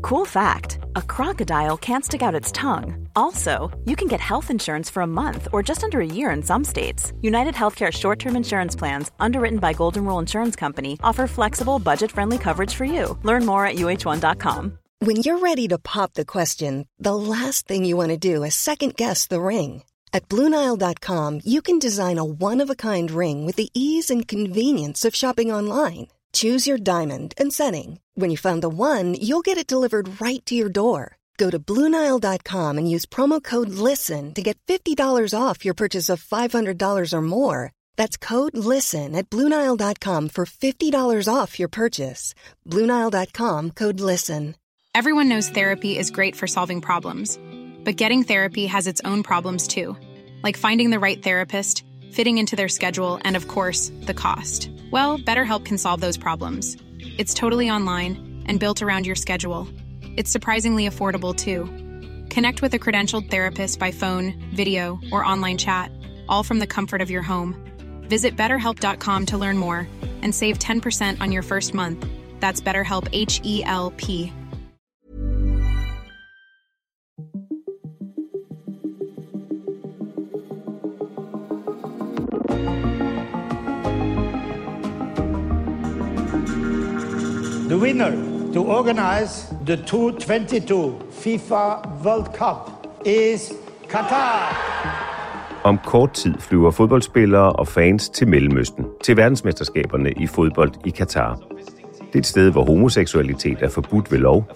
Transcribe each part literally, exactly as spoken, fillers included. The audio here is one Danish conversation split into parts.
Cool fact, a crocodile can't stick out its tongue. Also, you can get health insurance for a month or just under a year in some states. United Healthcare short-term insurance plans, underwritten by Golden Rule Insurance Company, offer flexible, budget-friendly coverage for you. Learn more at U H one dot com. When you're ready to pop the question, the last thing you want to do is second-guess the ring. At Blue Nile dot com, you can design a one-of-a-kind ring with the ease and convenience of shopping online. Choose your diamond and setting. When you find the one, you'll get it delivered right to your door. Go to Blue Nile dot com and use promo code LISTEN to get fifty dollars off your purchase of five hundred dollars or more. That's code LISTEN at Blue Nile dot com for fifty dollars off your purchase. Blue Nile dot com, code LISTEN. Everyone knows therapy is great for solving problems. But getting therapy has its own problems too. Like finding the right therapist, fitting into their schedule, and of course, the cost. Well, BetterHelp can solve those problems. It's totally online and built around your schedule. It's surprisingly affordable, too. Connect with a credentialed therapist by phone, video, or online chat, all from the comfort of your home. Visit better help dot com to learn more and save ten percent on your first month. That's BetterHelp, H E L P. The winner to organize the twenty twenty-two FIFA World Cup is Qatar. Om kort tid flyver fodboldspillere og fans til Mellemøsten, til verdensmesterskaberne i fodbold i Qatar. Det er et sted, hvor homoseksualitet er forbudt ved lov.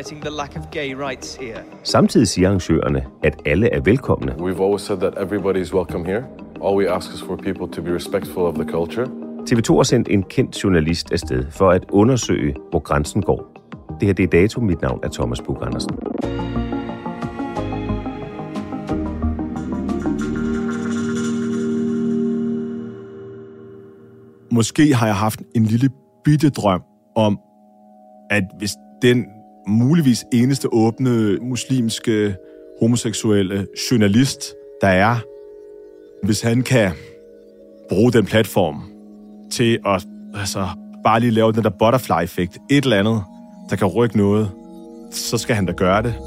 Samtidig siger arrangørerne, at alle er velkomne. We've always said that everybody is welcome here. All we ask is for people to be respectful of the culture. T V to har sendt en kendt journalist afsted for at undersøge, hvor grænsen går. Det her det er Dato. Mit navn er Thomas Buch Andersen. Måske har jeg haft en lille bitte drøm om, at hvis den muligvis eneste åbne muslimske homoseksuelle journalist, der er, hvis han kan bruge den platform til at altså, bare lige lave den der butterfly-effekt, et eller andet, der kan rykke noget, så skal han da gøre det.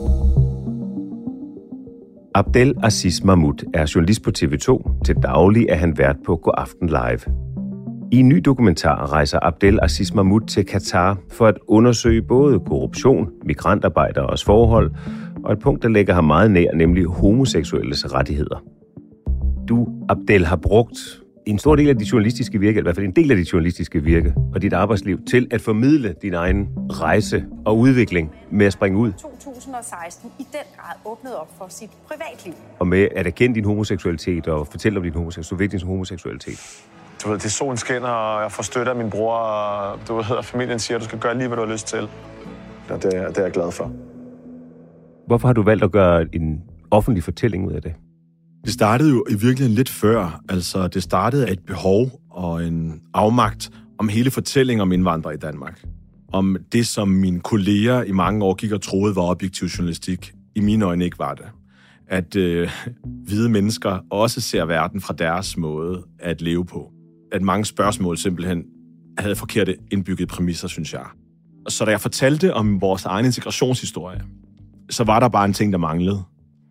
Abdel Aziz Mahmoud er journalist på T V to. Til daglig er han vært på God Aften Live. I en ny dokumentar rejser Abdel Aziz Mahmoud til Qatar for at undersøge både korruption, migrantarbejderes forhold og et punkt, der ligger ham meget nær, nemlig homoseksuelles rettigheder. Du, Abdel, har brugt en stor del af dit journalistiske virke, i hvert fald en del af dit journalistiske virke og dit arbejdsliv, til at formidle din egen rejse og udvikling med at springe ud. to tusind og seksten i den grad åbnet op for sit privatliv. Og med at erkende din homoseksualitet og fortælle om din homoseksualitet, din homoseksualitet. Du ved, det er solen skinner, og jeg får støtte af min bror, og du ved, at familien siger, at du skal gøre lige, hvad du har lyst til. Ja, det, er, det er jeg glad for. Hvorfor har du valgt at gøre en offentlig fortælling ud af det? Det startede jo i virkeligheden lidt før. Altså, det startede af et behov og en afmagt om hele fortællingen om indvandrere i Danmark. Om det, som mine kolleger i mange år gik og troede var objektiv journalistik, i mine øjne ikke var det. At øh, hvide mennesker også ser verden fra deres måde at leve på. At mange spørgsmål simpelthen havde forkerte indbyggede præmisser, synes jeg. Så da jeg fortalte om vores egen integrationshistorie, så var der bare en ting, der manglede.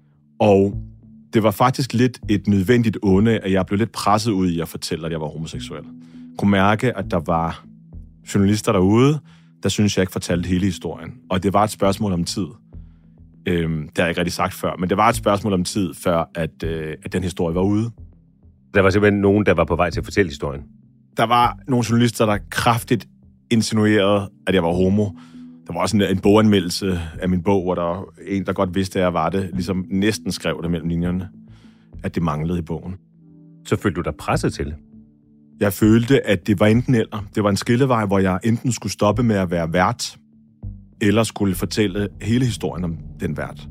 Og det var faktisk lidt et nødvendigt onde, at jeg blev lidt presset ud i at fortælle, at jeg var homoseksuel. Jeg kunne mærke, at der var journalister derude, der synes jeg ikke fortalte hele historien. Og det var et spørgsmål om tid. Øhm, det har jeg ikke rigtig sagt før, men det var et spørgsmål om tid, før at, øh, at den historie var ude. Der var simpelthen nogen, der var på vej til at fortælle historien. Der var nogle journalister, der kraftigt insinuerede, at jeg var homo. Der var også en, en boganmeldelse af min bog, hvor der var en, der godt vidste, at jeg var det, ligesom næsten skrev det mellem linjerne, at det manglede i bogen. Så følte du dig presset til det? Jeg følte, at det var enten eller. Det var en skillevej, hvor jeg enten skulle stoppe med at være vært, eller skulle fortælle hele historien om den vært.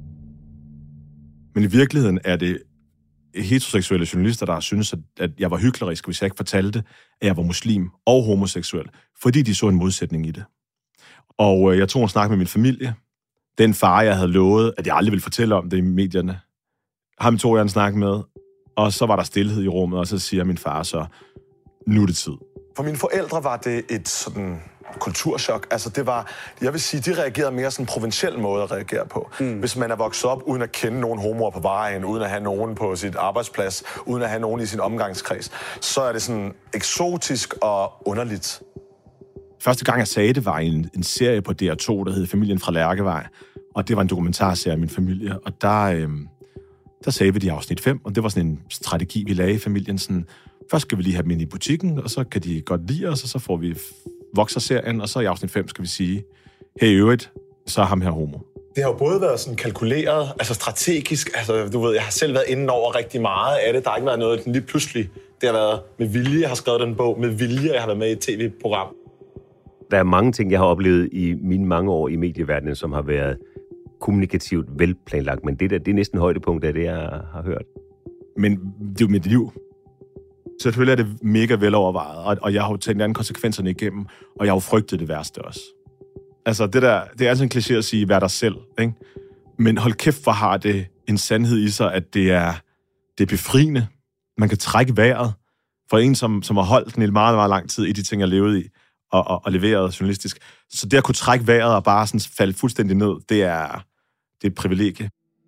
Men i virkeligheden er det heteroseksuelle journalister, der synes, at jeg var hyklerisk, hvis jeg ikke fortalte, at jeg var muslim og homoseksuel, fordi de så en modsætning i det. Og jeg tog en snak med min familie. Den far, jeg havde lovet, at jeg aldrig ville fortælle om det i medierne. Ham tog jeg en snak med, og så var der stilhed i rummet, og så siger min far så, nu er det tid. For mine forældre var det et sådan kulturschok. Altså det var, jeg vil sige, de reagerede mere sådan en provinciel måde at reagere på. Mm. Hvis man er vokset op uden at kende nogen homoer på vejen, uden at have nogen på sit arbejdsplads, uden at have nogen i sin omgangskreds, så er det sådan eksotisk og underligt. Første gang jeg sagde det, var en, en serie på D R to, der hed Familien fra Lærkevej. Og det var en dokumentarserie af min familie. Og der, øh, der sagde vi det i afsnit fem, og det var sådan en strategi, vi lagde i familien. Sådan, først skal vi lige have dem ind i butikken, og så kan de godt lide os, og så får vi vokserserien, og så i afsnit fem skal vi sige, hey, i øvrigt, så er ham her homo. Det har jo både været sådan kalkuleret, altså strategisk, altså du ved, jeg har selv været inde over rigtig meget af det. Der har ikke været noget lige pludselig. Det har været med vilje, jeg har skrevet den bog, med vilje, jeg har været med i et tv-program. Der er mange ting, jeg har oplevet i mine mange år i medieverdenen, som har været kommunikativt velplanlagt, men det der, det er næsten højdepunkt af det, jeg har hørt. Men det er jo mit liv. Så selvfølgelig er det mega velovervejet, og, og jeg har jo tænkt alle konsekvenserne igennem, og jeg har jo frygtet det værste også. Altså, det der, det er altså en kliché at sige, vær dig selv, ikke? Men hold kæft, hvor har det en sandhed i sig, at det er, det er befriende. Man kan trække vejret for en, som, som har holdt den i meget, meget lang tid i de ting, jeg levede i, og, og, og leveret journalistisk. Så det at kunne trække vejret og bare sådan falde fuldstændig ned, det er, det er et privilegie.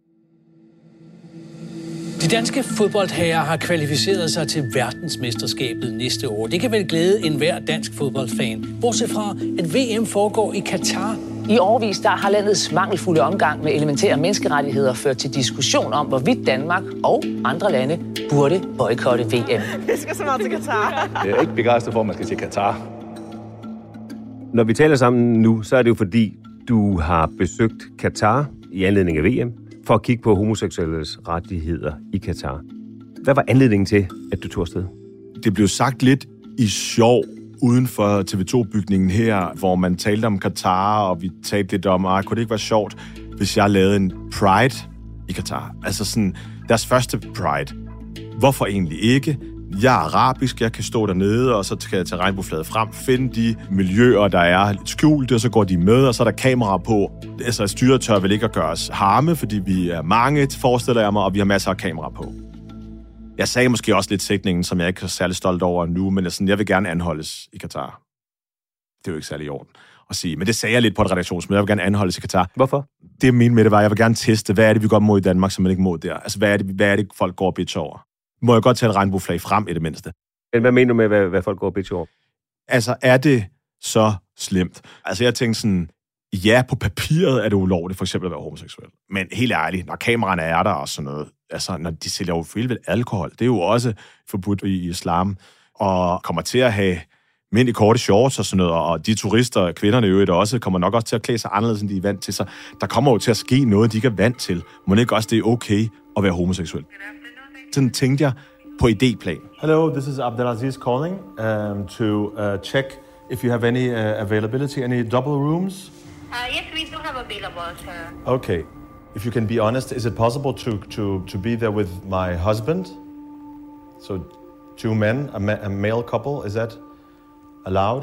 De danske fodboldherrer har kvalificeret sig til verdensmesterskabet næste år. Det kan vel glæde enhver dansk fodboldfan. Bortset fra, at V M foregår i Katar. I årevis der har landets mangelfulde omgang med elementære menneskerettigheder ført til diskussion om, hvorvidt Danmark og andre lande burde boykotte V M. Vi skal så meget til Katar. Jeg er ikke begejstret for, at man skal til Katar. Når vi taler sammen nu, så er det jo fordi, du har besøgt Katar i anledning af V M, for at kigge på homoseksuelles rettigheder i Katar. Hvad var anledningen til, at du tog afsted? Det blev sagt lidt i sjov uden for T V to-bygningen her, hvor man talte om Katar, og vi talte lidt om, ah, kunne det ikke være sjovt, hvis jeg lavede en Pride i Katar? Altså sådan, deres første Pride. Hvorfor egentlig ikke? Jeg er arabisk, jeg kan stå dernede, og så kan jeg tage regnbueflaget frem, finde de miljøer, der er lidt skjulte, og så går de med, og så er der kamera på. Altså, styret tør vel ikke at gøre os harme, fordi vi er mange, forestiller jeg mig, og vi har masser af kamera på. Jeg sagde måske også lidt sætningen, som jeg ikke er særlig stolt over nu, men sådan, jeg vil gerne anholdes i Katar. Det er jo ikke særlig i orden at sige, men det sagde jeg lidt på et redaktionsmøde. Jeg vil gerne anholdes i Katar. Hvorfor? Det jeg mente med det var, at jeg vil gerne teste, hvad er det, vi går mod i Danmark, som man ikke må der? Altså, hvad er det, hvad er det folk går og bitch over? Må jeg godt tage et regnbueflag frem i det mindste? Men hvad mener du med, hvad, hvad folk går og bitch over? Altså, er det så slemt? Altså, jeg tænkte sådan, ja, på papiret er det ulovligt for eksempel at være homoseksuel. Men helt ærligt, når kameraerne er der og sådan noget, altså, når de sælger jo frivilligt alkohol, det er jo også forbudt i islam, og kommer til at have mænd i korte shorts og sådan noget, og de turister, kvinderne i øvrigt også, kommer nok også til at klæde sig anderledes, end de er vant til. Så der kommer jo til at ske noget, de ikke er vant til. Må det ikke også, det er okay at være homoseksuel? Sådan tænkte jeg på idéplan. Hello, this is Abdelaziz calling um, to uh, check if you have any uh, availability, any double rooms. Uh, yes, we do have available, sir. Okay. If you can be honest, is it possible to, to, to be there with my husband? So, two men, a, ma- a male couple, is that allowed?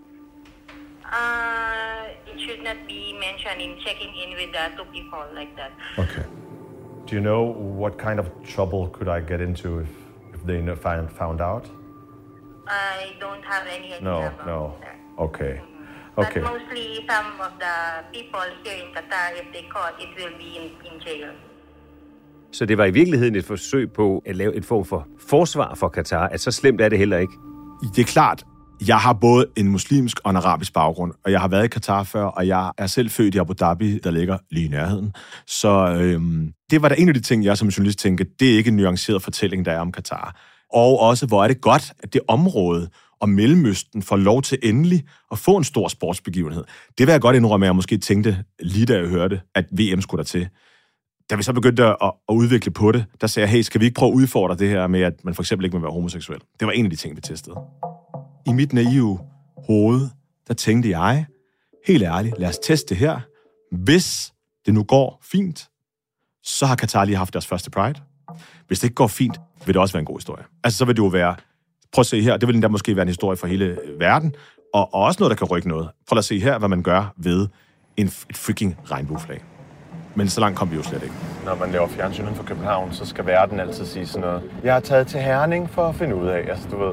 Uh, it should not be mentioned in checking in with the two people like that. Okay. Do you know what kind of trouble could I get into if, if they know, find, found out? I don't have any idea No, about no. that. Okay. But Okay. mostly some of the people here in Qatar, if they caught, it will be in, in jail. Så det var i virkeligheden et forsøg på at lave et form for forsvar for Katar, at så slemt er det heller ikke. Det er klart, jeg har både en muslimsk og en arabisk baggrund, og jeg har været i Katar før, og jeg er selv født i Abu Dhabi, der ligger lige i nærheden. Så øhm, det var da en af de ting, jeg som journalist tænkte, det er ikke en nuanceret fortælling, der er om Katar. Og også, hvor er det godt, at det område og Mellemøsten får lov til endelig at få en stor sportsbegivenhed. Det vil jeg godt indrømme, at jeg måske tænkte, lige da jeg hørte, at V M skulle der til. Da vi så begyndte at, at udvikle på det, der sagde jeg, hey, skal vi ikke prøve at udfordre det her med, at man for eksempel ikke må være homoseksuel? Det var en af de ting, vi testede. I mit naive hoved, der tænkte jeg, helt ærligt, lad os teste det her. Hvis det nu går fint, så har Katar lige haft deres første Pride. Hvis det ikke går fint, vil det også være en god historie. Altså, så vil det jo være, prøv at se her, det vil endda måske være en historie for hele verden, og, og også noget, der kan rykke noget. Prøv at se her, hvad man gør ved en, et freaking regnbueflag. Men så langt kom vi jo slet ikke. Når man laver fjernsyn for København, så skal verden altid sige sådan noget. Jeg har taget til Herning for at finde ud af, altså du ved,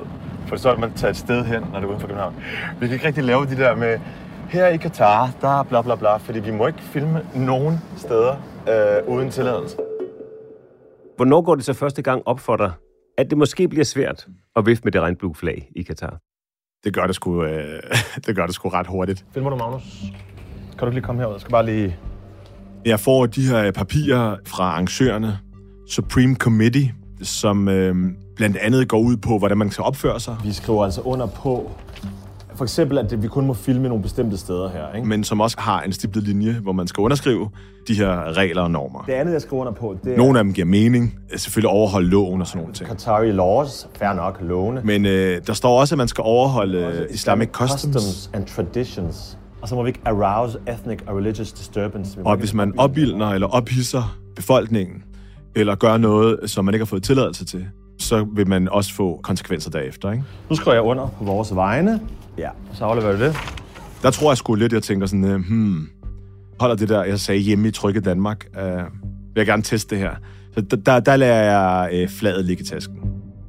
For så vil man tage et sted hen, når det er uden for København. Vi kan ikke rigtig lave de der med, her i Katar, der er bla bla bla, fordi vi må ikke filme nogen steder øh, uden tilladelse. Hvornår går det så første gang op for dig, at det måske bliver svært at vifte med det regnbueflag i Katar? Det gør det sgu, øh, det gør det sgu ret hurtigt. Filmer du, Magnus? Kan du ikke lige komme herud? Jeg skal bare lige... Jeg får de her papirer fra arrangørerne, Supreme Committee, som øh, blandt andet går ud på, hvordan man skal opføre sig. Vi skriver altså under på, for eksempel, at vi kun må filme nogle bestemte steder her, ikke? Men som også har en stiplet linje, hvor man skal underskrive de her regler og normer. Det andet, jeg skriver under på, det er... Nogle af dem giver mening. Selvfølgelig overholde loven og sådan nogle ting. Qatari laws, fair nok, lovene. Men øh, der står også, at man skal overholde Islamic, Islamic customs. customs and traditions. Og så må vi ikke arouse ethnic or religious disturbance. Og hvis man opildner eller ophidser befolkningen, eller gør noget, som man ikke har fået tilladelse til, så vil man også få konsekvenser derefter, ikke? Nu skriver jeg under på vores vegne. Ja, så afleverer du det. Der tror jeg sgu lidt, jeg tænker sådan, øh, hmm, holder det der, jeg sagde hjemme i trygge Danmark, øh, vil jeg gerne teste det her. Så der, der lader jeg øh, fladet ligge i tasken.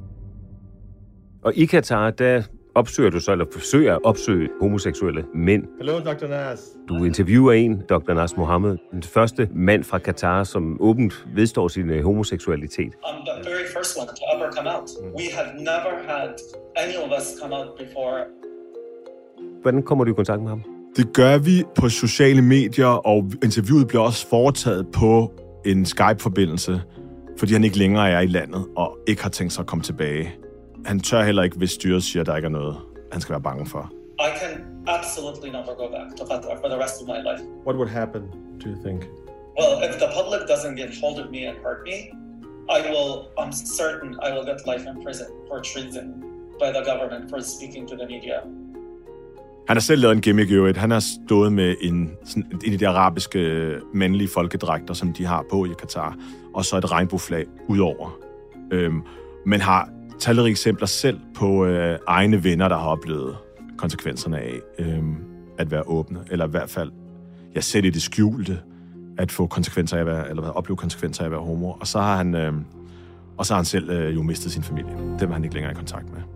Og i Katar, der opsøger du så, eller forsøger at opsøge homoseksuelle mænd. Hello, doktor Nas. Du interviewer en, doktor Nas Mohammed, den første mand fra Katar, som åbent vedstår sin uh, homoseksualitet. I'm the very first one to ever come out. We have never had any of us come out before. Hvordan kommer du i kontakt med ham? Det gør vi på sociale medier, og interviewet bliver også foretaget på en Skype-forbindelse, fordi han ikke længere er i landet og ikke har tænkt sig at komme tilbage. Han tør heller ikke, hvis styret siger, at der ikke er noget, han skal være bange for. I can absolutely never go back to Qatar for the rest of my life. What would happen, do you think? Well, if the public doesn't get hold of me and hurt me, I will, I'm certain I will get life in prison for treason by the government for speaking to the media. Han har selv lavet en gimmick i øvrigt. Han har stået med en, sådan, en af de arabiske mandlige folkedragter, som de har på i Katar, og så et regnbueflag udover. Øhm, men har talrige eksempler selv på øh, egne venner, der har oplevet konsekvenserne af øh, at være åbne, eller i hvert fald, jeg selv i det skjulte, at få konsekvenser af at være, eller opleve konsekvenser af at være homo. Og så har han, øh, og så har han selv øh, jo mistet sin familie. Dem er han ikke længere i kontakt med.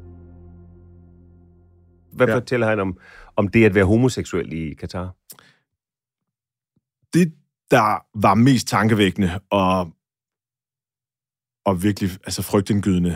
Hvad ja. fortæller han om, om det at være homoseksuel i Katar? Det, der var mest tankevækkende og, og virkelig altså frygtindgydende,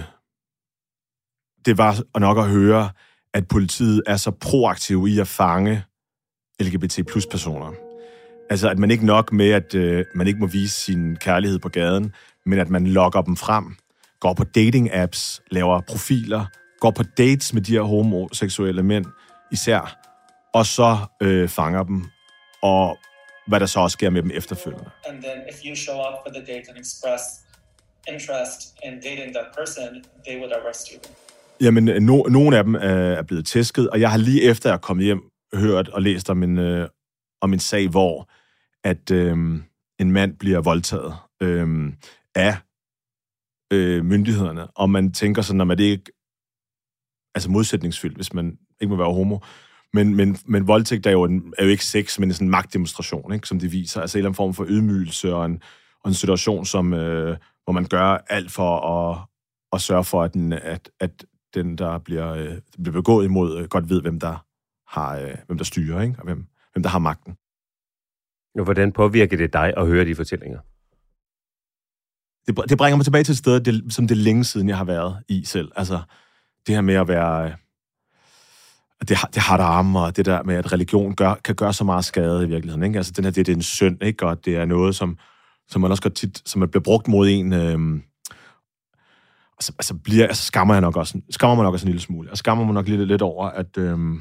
det var nok at høre, at politiet er så proaktiv i at fange L G B T plus personer. Altså, at man ikke nok med, at øh, man ikke må vise sin kærlighed på gaden, men at man lokker dem frem, går på dating-apps, laver profiler, går på dates med de her homoseksuelle mænd især, og så øh, fanger dem, og hvad der så også sker med dem efterfølgende. And then if you show up for the date and express interest in dating that person, they would arrest you. Jamen, no, nogle af dem er blevet tæsket, og jeg har lige efter jeg er kommet hjem hørt og læst om en, øh, om en sag, hvor at øh, en mand bliver voldtaget øh, af øh, myndighederne, og man tænker sådan, at det ikke altså modsætningsfyldt, hvis man ikke må være homo, men, men, men voldtægt er jo, en, er jo ikke sex, men sådan en magtdemonstration, ikke, som det viser, altså en eller anden form for ydmygelse og en, og en situation, som, øh, hvor man gør alt for at, at sørge for, at den, at, at den der bliver, øh, bliver begået imod, øh, godt ved, hvem der har, øh, hvem der styrer, ikke? Og hvem, hvem der har magten. Og hvordan påvirker det dig at høre de fortællinger? Det, det bringer mig tilbage til et sted, det, som det er længe siden, jeg har været i selv. Altså, det her med at være... Øh, det, det haram, og det der med, at religion gør, kan gøre så meget skade i virkeligheden, ikke? Altså, den her, det, det er en synd, ikke? Og det er noget, som, som man også godt tit, som bliver brugt mod en... Øh, Altså, altså, bliver, altså skammer jeg nok også, skammer man nok også en lille smule. Og skammer man nok lidt, lidt over, at, øhm,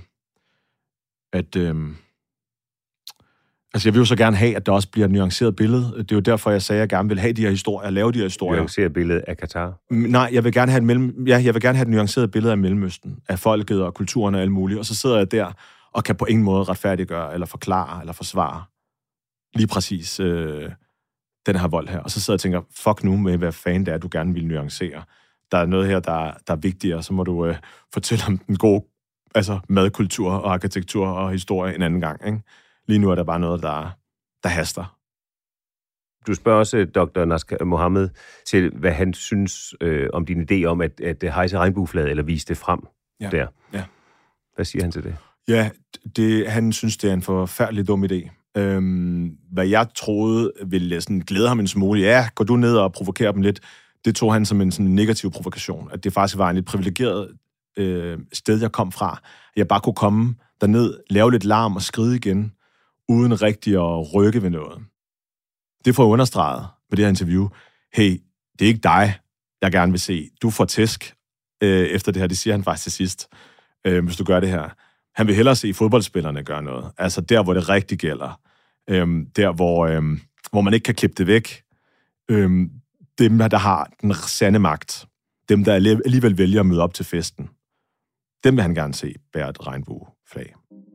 at øhm, altså jeg vil jo så gerne have, at der også bliver et nuanceret billede. Det er jo derfor, jeg sagde, at jeg gerne vil have de her historier, lave de her historier. Nuanceret billede af Katar? Nej, jeg vil gerne have et mellem, ja, jeg vil gerne have et nuanceret billede af Mellemøsten, af folket og kulturen og alt muligt. Og så sidder jeg der og kan på ingen måde retfærdiggøre, eller forklare, eller forsvare lige præcis øh, den her vold her. Og så sidder jeg og tænker, fuck nu med, hvad fanden det er, du gerne vil nuancere. Der er noget her, der, der er vigtigere, så må du øh, fortælle om den gode altså madkultur og arkitektur og historie en anden gang. Ikke? Lige nu er der bare noget, der, der haster. Du spørger også doktor Nasker Mohammed til, hvad han synes øh, om din idé om at, at hejse regnbueflaget, eller vise det frem ja. der. Ja. Hvad siger han til det? Ja, det, han synes, det er en forfærdelig dum idé. Øhm, hvad jeg troede ville sådan glæde ham en smule. Ja, går du ned og provokerer dem lidt. Det tog han som en sådan negativ provokation. At det faktisk var en lidt privilegeret øh, sted, jeg kom fra. Jeg bare kunne komme derned, lave lidt larm og skride igen, uden rigtig at rykke ved noget. Det får jeg understreget på det her interview. Hey, det er ikke dig, jeg gerne vil se. Du får tæsk øh, efter det her. Det siger han faktisk til sidst, øh, hvis du gør det her. Han vil hellere se fodboldspillerne gøre noget. Altså der, hvor det rigtig gælder. Øhm, der, hvor, øhm, hvor man ikke kan klippe det væk. Øhm, dem, der har den sande magt. Dem, der alligevel vælger at møde op til festen. Dem vil han gerne se bære et regnbueflag.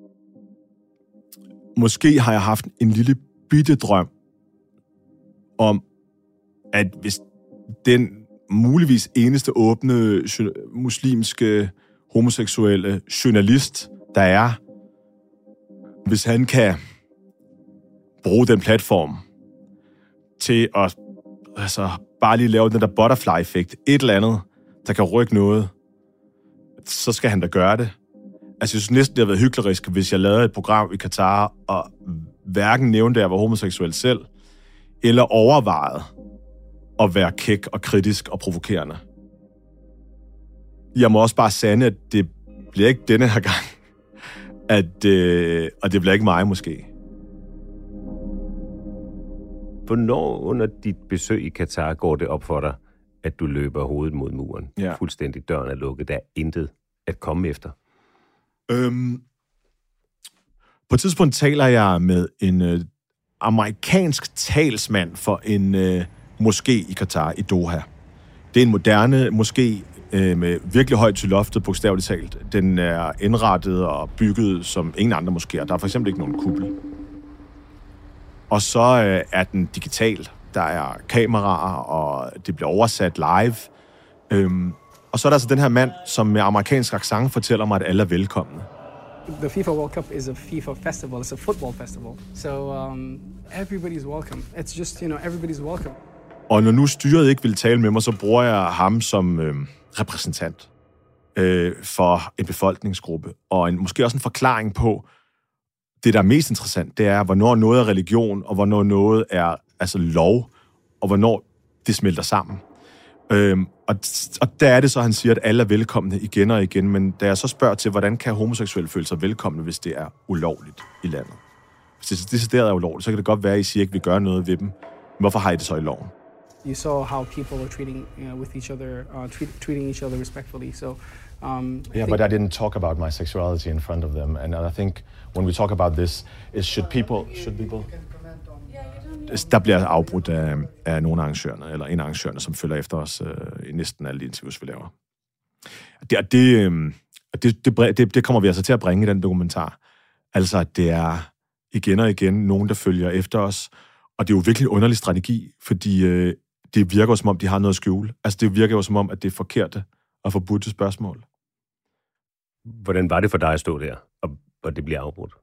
Måske har jeg haft en lille bitte drøm om, at hvis den muligvis eneste åbne muslimske homoseksuelle journalist, der er, hvis han kan bruge den platform til at altså, bare lige lave den der butterfly-effekt, et eller andet, der kan rykke noget, så skal han da gøre det. Altså, jeg synes næsten, det havde været hyklerisk, hvis jeg lavede et program i Katar, og hverken nævnte, at jeg var homoseksuel selv, eller overvejede at være kæk og kritisk og provokerende. Jeg må også bare sande, at det bliver ikke denne her gang. At, øh, og det bliver ikke mig, måske. Hvornår under dit besøg i Katar går det op for dig, at du løber hovedet mod muren? Ja. Fuldstændig døren er lukket. Der er intet at komme efter. Øhm, på et tidspunkt taler jeg med en øh, amerikansk talsmand for en øh, moské i Katar, i Doha. Det er en moderne moské øh, med virkelig højt til loftet, bogstaveligt talt. Den er indrettet og bygget som ingen andre moskéer. Der er for eksempel ikke nogen kuppel. Og så øh, er den digital. Der er kameraer, og det bliver oversat live. Øhm, og så er der altså den her mand, som med amerikansk accent fortæller mig, at alle er velkomne. The FIFA World Cup is a FIFA festival. It's a football festival. So um, everybody's welcome. It's just, you know, everybody's welcome. Og når nu styret ikke vil tale med mig, så bruger jeg ham som øh, repræsentant øh, for en befolkningsgruppe. Og en, måske også en forklaring på, det der er mest interessant, det er, hvornår noget er religion, og hvornår noget er altså lov, og hvornår det smelter sammen. Øhm, og, og der er det så, han siger, at alle er velkomne igen og igen, men da jeg så spørger til, hvordan kan homoseksuelle føle sig velkomne, hvis det er ulovligt i landet? Hvis det decideret er ulovligt, så kan det godt være, at I siger, at I vil gøre noget ved dem. Men hvorfor har I det så i loven? You saw how people were treating you know, with each other, uh, treat, treating each other respectfully. So, um, yeah, but I didn't talk about my sexuality in front of them, and I think when we talk about this, is should people should people. Der bliver afbrudt af, af nogle arrangørerne, eller en arrangørerne, som følger efter os øh, i næsten alle de interviews, vi laver. Det, det, øh, det, det, det, det kommer vi altså til at bringe i den dokumentar. Altså, at det er igen og igen nogen, der følger efter os. Og det er jo virkelig en underlig strategi, fordi øh, det virker jo som om, de har noget at skjule. Altså, det virker jo som om, at det er forkerte og forbudte spørgsmål. Hvordan var det for dig at stå der, og, og det bliver afbrudt?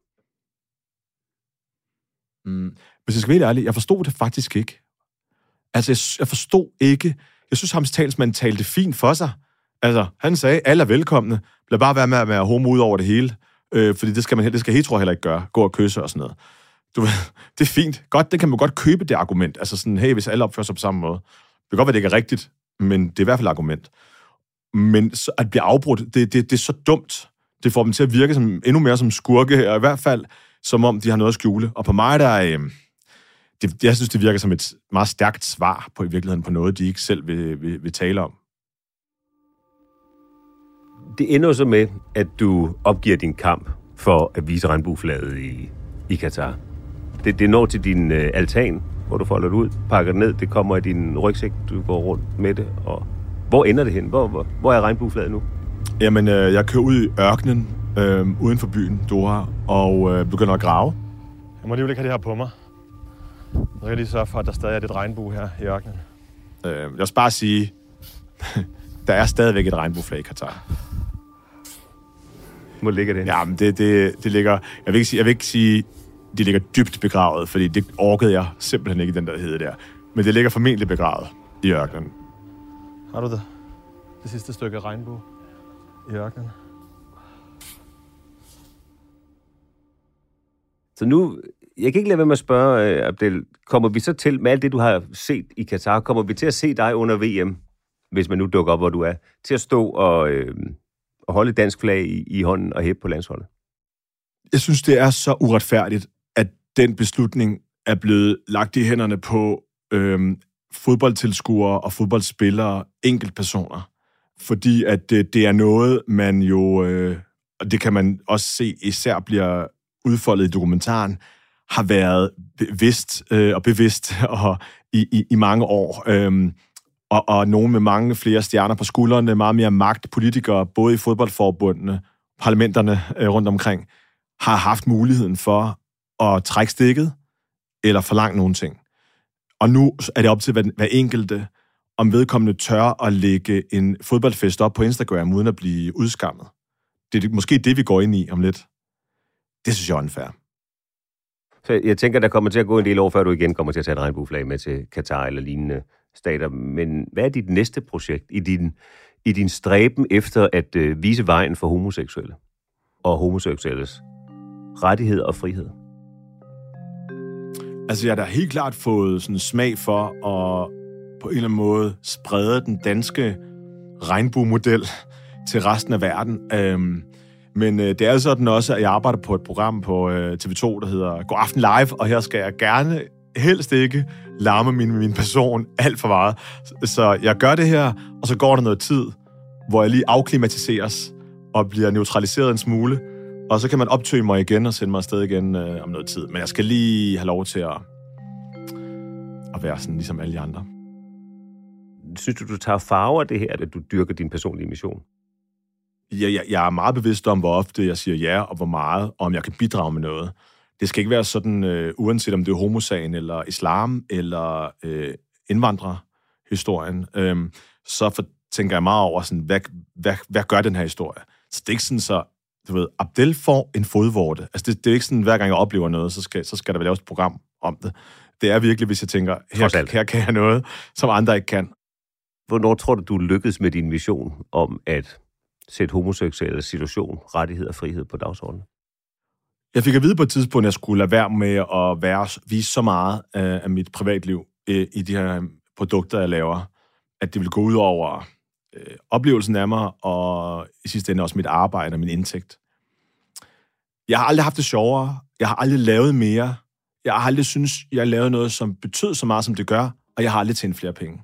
Mm. Hvis jeg skal være helt ærlig, jeg forstod det faktisk ikke. Altså, jeg, jeg forstod ikke... Jeg synes, hans talsmand talte fint for sig. Altså, han sagde, alle er velkomne. Lad bare være med at være homo ud over det hele. Øh, fordi det skal man det skal hetero heller ikke gøre. Gå og kysse og sådan noget. Du, det er fint. Godt, det kan man godt købe, det argument. Altså sådan, hey, hvis alle opfører sig på samme måde. Det kan godt være, det ikke er rigtigt, men det er i hvert fald et argument. Men så, at blive afbrudt, det, det, det er så dumt. Det får dem til at virke som, endnu mere som skurke, og i hvert fald som om, de har noget at skjule. Og på mig, der er... Øh, det, jeg synes, det virker som et meget stærkt svar på i virkeligheden på noget, de ikke selv vil, vil, vil tale om. Det ender så med, at du opgiver din kamp for at vise regnbueflaget i, i Katar. Det, det når til din øh, altan, hvor du folder det ud, pakker det ned, det kommer i din rygsæk, du går rundt med det. Og hvor ender det hen? Hvor, hvor, hvor er regnbueflaget nu? Jamen, øh, jeg kører ud i ørkenen øh, uden for byen, Doha, og øh, begynder at grave. Jeg må lige ikke have det her på mig. Jeg vil lige sørge for, at der stadig er et regnbue her i ørkenen. Øh, jeg vil bare sige, der er stadigvæk et regnbueflag i Katar. Hvor ligger det? Jamen, det, det, det ligger... Jeg vil ikke sige... Jeg vil ikke sige de ligger dybt begravet, fordi det orkede jeg simpelthen ikke, den der hede der. Men det ligger formentlig begravet i ørkenen. Har du det? Det sidste stykke regnbue i ørkenen. Så nu, jeg kan ikke lade være med at spørge, Abdel, kommer vi så til, med alt det, du har set i Katar, kommer vi til at se dig under V M, hvis man nu dukker op, hvor du er, til at stå og, øh, og holde dansk flag i, i hånden og hæppe på landsholdet? Jeg synes, det er så uretfærdigt, at den beslutning er blevet lagt i hænderne på øh, fodboldtilskuere og fodboldspillere, enkeltpersoner. Fordi at det, det er noget, man jo, øh, og det kan man også se, især bliver udfoldet i dokumentaren, har været bevidst øh, og bevidst og i, i, i mange år. Øhm, og, og nogen med mange flere stjerner på skuldrene, meget mere magt, politikere, både i fodboldforbundene, parlamenterne øh, rundt omkring, har haft muligheden for at trække stikket eller forlange nogle ting. Og nu er det op til hver, hver enkelte, om vedkommende tør at lægge en fodboldfest op på Instagram, uden at blive udskammet. Det er måske det, vi går ind i om lidt. Det synes jeg er unfair. Så jeg tænker, der kommer til at gå en del år, før du igen kommer til at tage et regnbueflag med til Katar eller lignende stater. Men hvad er dit næste projekt i din, i din stræben efter at øh, vise vejen for homoseksuelle og homoseksuelles rettighed og frihed? Altså, jeg har da helt klart fået sådan en smag for at på en eller anden måde sprede den danske regnbuemodel til resten af verden. Øhm, Men øh, det er jo sådan også, at jeg arbejder på et program på øh, T V to, der hedder God Aften Live, og her skal jeg gerne helst ikke larme min, min person alt for meget. Så jeg gør det her, og så går der noget tid, hvor jeg lige afklimatiseres og bliver neutraliseret en smule, og så kan man optøge mig igen og sende mig afsted igen øh, om noget tid. Men jeg skal lige have lov til at, at være sådan ligesom alle de andre. Synes du, du tager farve af det her, at du dyrker din personlige mission? Jeg, jeg, jeg er meget bevidst om, hvor ofte jeg siger ja, og hvor meget, og om jeg kan bidrage med noget. Det skal ikke være sådan, øh, uanset om det er homosagen, eller islam, eller øh, indvandrerhistorien. Øhm, så for, tænker jeg meget over, sådan, hvad, hvad, hvad gør den her historie? Så det er ikke sådan, så, du ved, Abdel får en fodvorte. Altså, det, det er ikke sådan, hver gang jeg oplever noget, så skal, så skal der vel laves et program om det. Det er virkelig, hvis jeg tænker, her, her kan jeg noget, som andre ikke kan. Hvornår tror du, du lykkedes med din mission om at sætte homoseksuelle situation, rettighed og frihed på dagsordenen? Jeg fik at vide på et tidspunkt, at jeg skulle lade være med at være, vise så meget af, af mit privatliv øh, i de her produkter, jeg laver, at det ville gå ud over øh, oplevelsen af mig, og i sidste ende også mit arbejde og min indtægt. Jeg har aldrig haft det sjovere. Jeg har aldrig lavet mere. Jeg har aldrig synes, jeg har lavet noget, som betød så meget, som det gør, og jeg har aldrig tjent flere penge.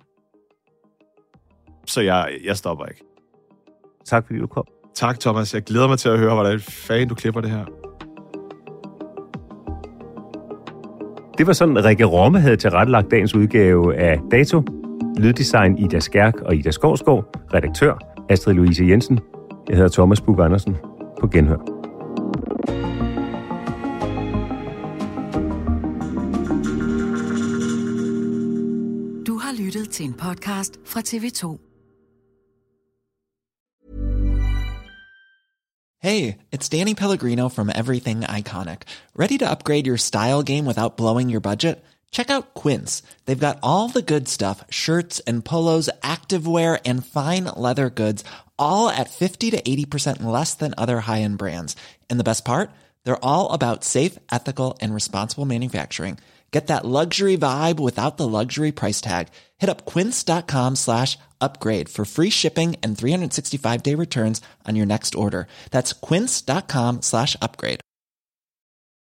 Så jeg, jeg stopper ikke. Tak fordi du kom. Tak, Thomas. Jeg glæder mig til at høre, hvordan fanden du klipper det her. Det var sådan, Rikke Romme havde tilrettelagt dagens udgave af Dato. Lyddesign Ida Skærk og Ida Skovsgaard. Redaktør Astrid Louise Jensen. Jeg hedder Thomas Bug Andersen. På genhør. Du har lyttet til en podcast fra T V to. Hey, it's Danny Pellegrino from Everything Iconic. Ready to upgrade your style game without blowing your budget? Check out Quince. They've got all the good stuff, shirts and polos, activewear, and fine leather goods, all at fifty to eighty percent less than other high-end brands. And the best part? They're all about safe, ethical, and responsible manufacturing. Get that luxury vibe without the luxury price tag. Hit up quince.com slash upgrade for free shipping and three sixty-five day returns on your next order. That's quince.com slash upgrade.